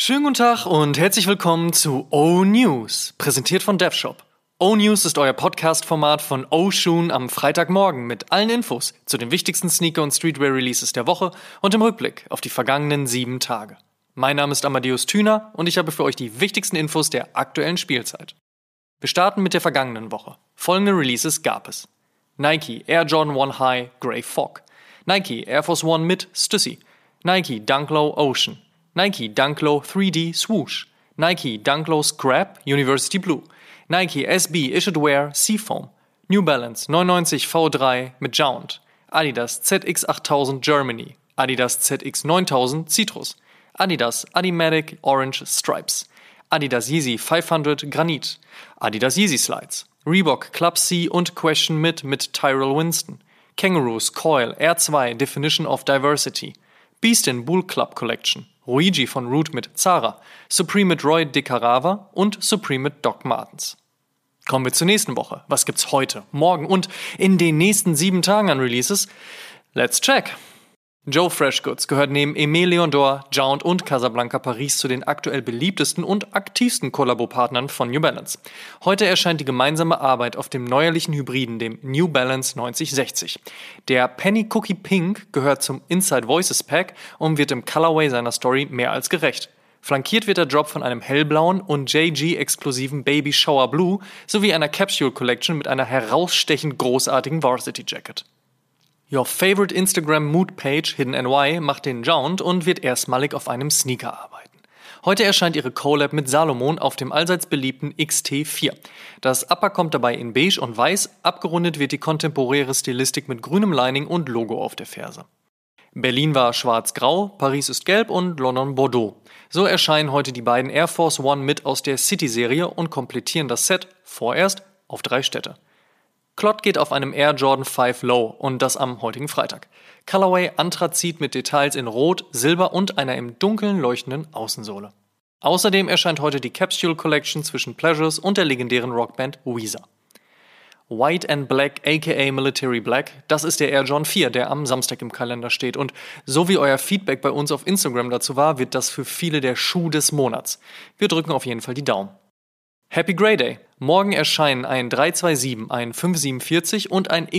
Schönen guten Tag und herzlich willkommen zu O-News, präsentiert von DevShop. O-News ist euer Podcast-Format von O-Shoon am Freitagmorgen mit allen Infos zu den wichtigsten Sneaker- und Streetwear-Releases der Woche und im Rückblick auf die vergangenen 7 Tage. Mein Name ist Amadeus Thüner und ich habe für euch die wichtigsten Infos der aktuellen Spielzeit. Wir starten mit der vergangenen Woche. Folgende Releases gab es: Nike Air Jordan 1 High Grey Fog, Nike Air Force One Mid Stussy, Nike Dunk Low Ocean, Nike Dunk Low 3D Swoosh, Nike Dunk Low Scrap University Blue, Nike SB Issued Wear Seafoam, New Balance 99 V3 mit Jount, Adidas ZX8000 Germany, Adidas ZX9000 Citrus, Adidas Adimatic Orange Stripes, Adidas Yeezy 500 Granit, Adidas Yeezy Slides, Reebok Club C und Question mit Tyrell Winston, Kangaroos Coil R2 Definition of Diversity, Beastin Bull Club Collection, Ruigi von Root mit Zara, Supreme mit Roy De Carava und Supreme mit Doc Martens. Kommen wir zur nächsten Woche. Was gibt's heute, morgen und in den nächsten 7 Tagen an Releases? Let's check! Joe Freshgoods gehört neben Aimé Leon Dore, Jount und Casablanca Paris zu den aktuell beliebtesten und aktivsten Kollabopartnern von New Balance. Heute erscheint die gemeinsame Arbeit auf dem neuerlichen Hybriden, dem New Balance 9060. Der Penny Cookie Pink gehört zum Inside Voices Pack und wird im Colorway seiner Story mehr als gerecht. Flankiert wird der Drop von einem hellblauen und JG-exklusiven Baby Shower Blue sowie einer Capsule Collection mit einer herausstechend großartigen Varsity Jacket. Your favorite Instagram Mood Page, Hidden NY, macht den Jount und wird erstmalig auf einem Sneaker arbeiten. Heute erscheint ihre Collab mit Salomon auf dem allseits beliebten XT4. Das Upper kommt dabei in beige und weiß, abgerundet wird die kontemporäre Stilistik mit grünem Lining und Logo auf der Ferse. Berlin war schwarz-grau, Paris ist gelb und London Bordeaux. So erscheinen heute die beiden Air Force One mit aus der City-Serie und komplettieren das Set vorerst auf 3 Städte. Klott geht auf einem Air Jordan 5 Low und das am heutigen Freitag. Colorway Anthrazit mit Details in Rot, Silber und einer im Dunkeln leuchtenden Außensohle. Außerdem erscheint heute die Capsule Collection zwischen Pleasures und der legendären Rockband Weezer. White and Black aka Military Black, das ist der Air Jordan 4, der am Samstag im Kalender steht. Und so wie euer Feedback bei uns auf Instagram dazu war, wird das für viele der Schuh des Monats. Wir drücken auf jeden Fall die Daumen. Happy Grey Day! Morgen erscheinen ein 327, ein 547 und ein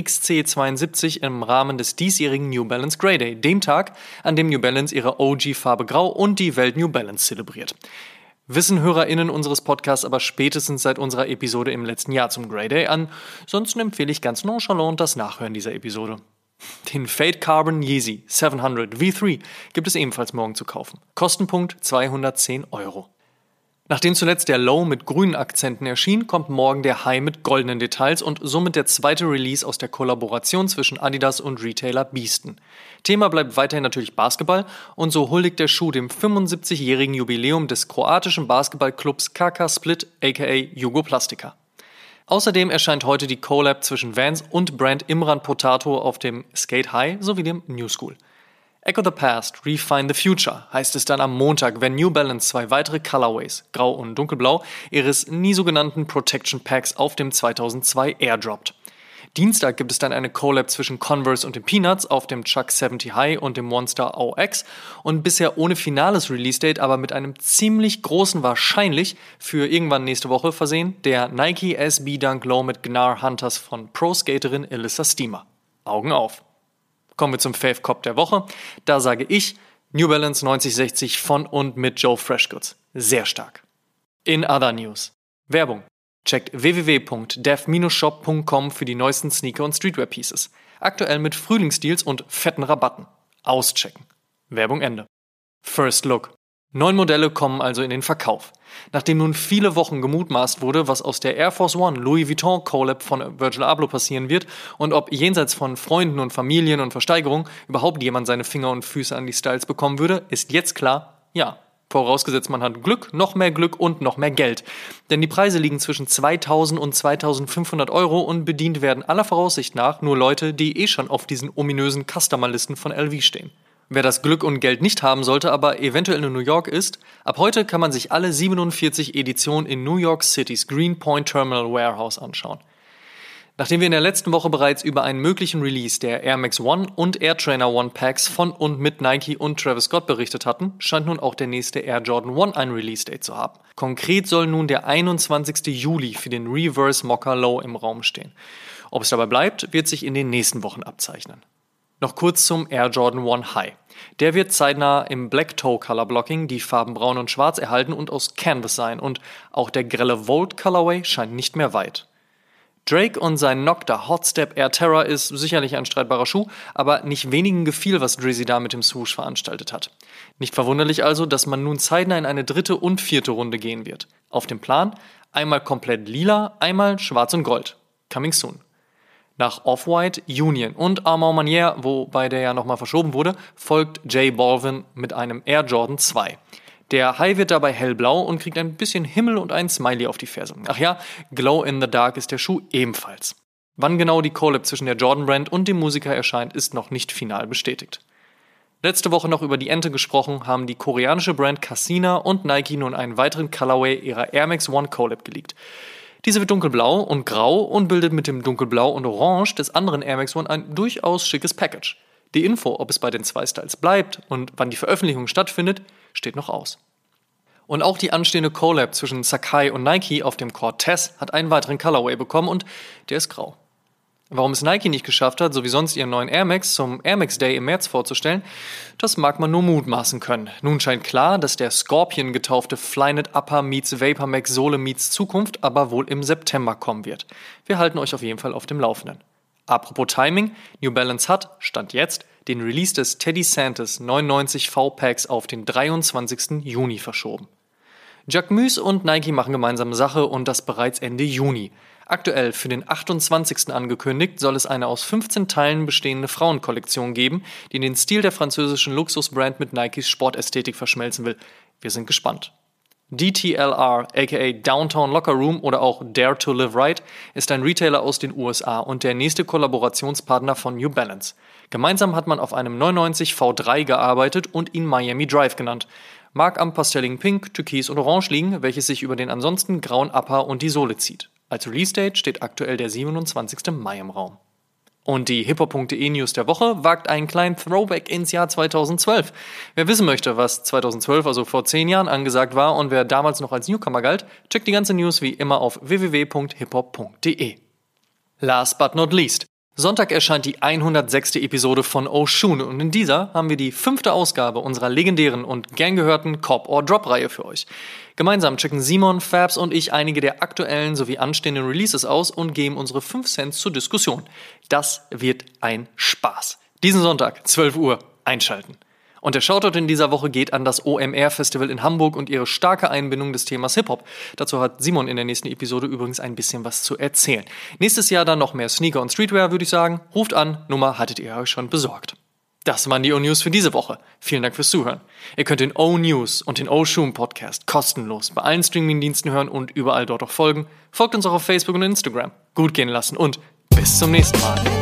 XC72 im Rahmen des diesjährigen New Balance Grey Day, dem Tag, an dem New Balance ihre OG-Farbe Grau und die Welt New Balance zelebriert. Wissen HörerInnen unseres Podcasts aber spätestens seit unserer Episode im letzten Jahr zum Grey Day an, sonst empfehle ich ganz nonchalant das Nachhören dieser Episode. Den Fade Carbon Yeezy 700 V3 gibt es ebenfalls morgen zu kaufen. Kostenpunkt 210 €. Nachdem zuletzt der Low mit grünen Akzenten erschien, kommt morgen der High mit goldenen Details und somit der zweite Release aus der Kollaboration zwischen Adidas und Retailer Beastin. Thema bleibt weiterhin natürlich Basketball und so huldigt der Schuh dem 75-jährigen Jubiläum des kroatischen Basketballclubs KK Split aka Jugoplastika. Außerdem erscheint heute die Collab zwischen Vans und Brand Imran Potato auf dem Skate High sowie dem New School. Echo the Past, Refine the Future heißt es dann am Montag, wenn New Balance 2 weitere Colorways, Grau und Dunkelblau, ihres nie so genannten Protection Packs auf dem 2002 airdroppt. Dienstag gibt es dann eine Collab zwischen Converse und den Peanuts auf dem Chuck 70 High und dem Monster OX und bisher ohne finales Release-Date, aber mit einem ziemlich großen wahrscheinlich für irgendwann nächste Woche versehen, der Nike SB Dunk Low mit Gnar Hunters von Pro-Skaterin Elissa Steamer. Augen auf! Kommen wir zum Fave Cop der Woche. Da sage ich New Balance 9060 von und mit Joe Freshgoods. Sehr stark. In other news. Werbung. Checkt www.dev-shop.com für die neuesten Sneaker- und Streetwear-Pieces. Aktuell mit Frühlingsdeals und fetten Rabatten. Auschecken. Werbung Ende. First Look. 9 Modelle kommen also in den Verkauf. Nachdem nun viele Wochen gemutmaßt wurde, was aus der Air Force One Louis Vuitton Collab von Virgil Abloh passieren wird und ob jenseits von Freunden und Familien und Versteigerung überhaupt jemand seine Finger und Füße an die Styles bekommen würde, ist jetzt klar, ja. Vorausgesetzt man hat Glück, noch mehr Glück und noch mehr Geld. Denn die Preise liegen zwischen 2.000 und 2.500 € und bedient werden aller Voraussicht nach nur Leute, die schon auf diesen ominösen Customer-Listen von LV stehen. Wer das Glück und Geld nicht haben sollte, aber eventuell in New York ist, ab heute kann man sich alle 47 Editionen in New York Citys Greenpoint Terminal Warehouse anschauen. Nachdem wir in der letzten Woche bereits über einen möglichen Release der Air Max One und Air Trainer One Packs von und mit Nike und Travis Scott berichtet hatten, scheint nun auch der nächste Air Jordan 1 ein Release-Date zu haben. Konkret soll nun der 21. Juli für den Reverse Mocha Low im Raum stehen. Ob es dabei bleibt, wird sich in den nächsten Wochen abzeichnen. Noch kurz zum Air Jordan 1 High. Der wird zeitnah im Black Toe Color Blocking die Farben Braun und Schwarz erhalten und aus Canvas sein und auch der grelle Volt Colorway scheint nicht mehr weit. Drake und sein Nocta Hot Step Air Terror ist sicherlich ein streitbarer Schuh, aber nicht wenigen gefiel, was Drizzy da mit dem Swoosh veranstaltet hat. Nicht verwunderlich also, dass man nun zeitnah in eine 3. und 4. Runde gehen wird. Auf dem Plan einmal komplett lila, einmal schwarz und gold. Coming soon. Nach Off-White, Union und Armand Manier, wobei der ja nochmal verschoben wurde, folgt J Balvin mit einem Air Jordan 2. Der High wird dabei hellblau und kriegt ein bisschen Himmel und ein Smiley auf die Ferse. Ach ja, Glow in the Dark ist der Schuh ebenfalls. Wann genau die Collab zwischen der Jordan Brand und dem Musiker erscheint, ist noch nicht final bestätigt. Letzte Woche noch über die Ente gesprochen, haben die koreanische Brand Cassina und Nike nun einen weiteren Colorway ihrer Air Max One Collab geleakt. Diese wird dunkelblau und grau und bildet mit dem dunkelblau und orange des anderen Air Max One ein durchaus schickes Package. Die Info, ob es bei den 2 Styles bleibt und wann die Veröffentlichung stattfindet, steht noch aus. Und auch die anstehende Collab zwischen Sacai und Nike auf dem Cortez hat einen weiteren Colorway bekommen und der ist grau. Warum es Nike nicht geschafft hat, so wie sonst ihren neuen Air Max zum Air Max Day im März vorzustellen, das mag man nur mutmaßen können. Nun scheint klar, dass der Scorpion getaufte Flyknit Upper meets Vapor Max Sohle meets Zukunft aber wohl im September kommen wird. Wir halten euch auf jeden Fall auf dem Laufenden. Apropos Timing, New Balance hat, Stand jetzt, den Release des Teddy Santis 99 V-Packs auf den 23. Juni verschoben. Jacquemus und Nike machen gemeinsame Sache und das bereits Ende Juni. Aktuell für den 28. angekündigt, soll es eine aus 15 Teilen bestehende Frauenkollektion geben, die den Stil der französischen Luxusbrand mit Nikes Sportästhetik verschmelzen will. Wir sind gespannt. DTLR, aka Downtown Locker Room oder auch Dare to Live Right, ist ein Retailer aus den USA und der nächste Kollaborationspartner von New Balance. Gemeinsam hat man auf einem 99 V3 gearbeitet und ihn Miami Drive genannt. Mag am pastelligen Pink, Türkis und Orange liegen, welches sich über den ansonsten grauen Upper und die Sohle zieht. Als Release-Date steht aktuell der 27. Mai im Raum. Und die hiphop.de News der Woche wagt einen kleinen Throwback ins Jahr 2012. Wer wissen möchte, was 2012, also vor 10 Jahren, angesagt war und wer damals noch als Newcomer galt, checkt die ganze News wie immer auf www.hiphop.de. Last but not least. Sonntag erscheint die 106. Episode von Oshun und in dieser haben wir die 5. Ausgabe unserer legendären und gern gehörten Cop or Drop-Reihe für euch. Gemeinsam checken Simon, Fabs und ich einige der aktuellen sowie anstehenden Releases aus und geben unsere 5 Cents zur Diskussion. Das wird ein Spaß. Diesen Sonntag, 12 Uhr, einschalten. Und der Shoutout in dieser Woche geht an das OMR-Festival in Hamburg und ihre starke Einbindung des Themas Hip-Hop. Dazu hat Simon in der nächsten Episode übrigens ein bisschen was zu erzählen. Nächstes Jahr dann noch mehr Sneaker und Streetwear, würde ich sagen. Ruft an, Nummer hattet ihr euch schon besorgt. Das waren die O-News für diese Woche. Vielen Dank fürs Zuhören. Ihr könnt den O-News und den O-Shoom Podcast kostenlos bei allen Streaming-Diensten hören und überall dort auch folgen. Folgt uns auch auf Facebook und Instagram. Gut gehen lassen und bis zum nächsten Mal.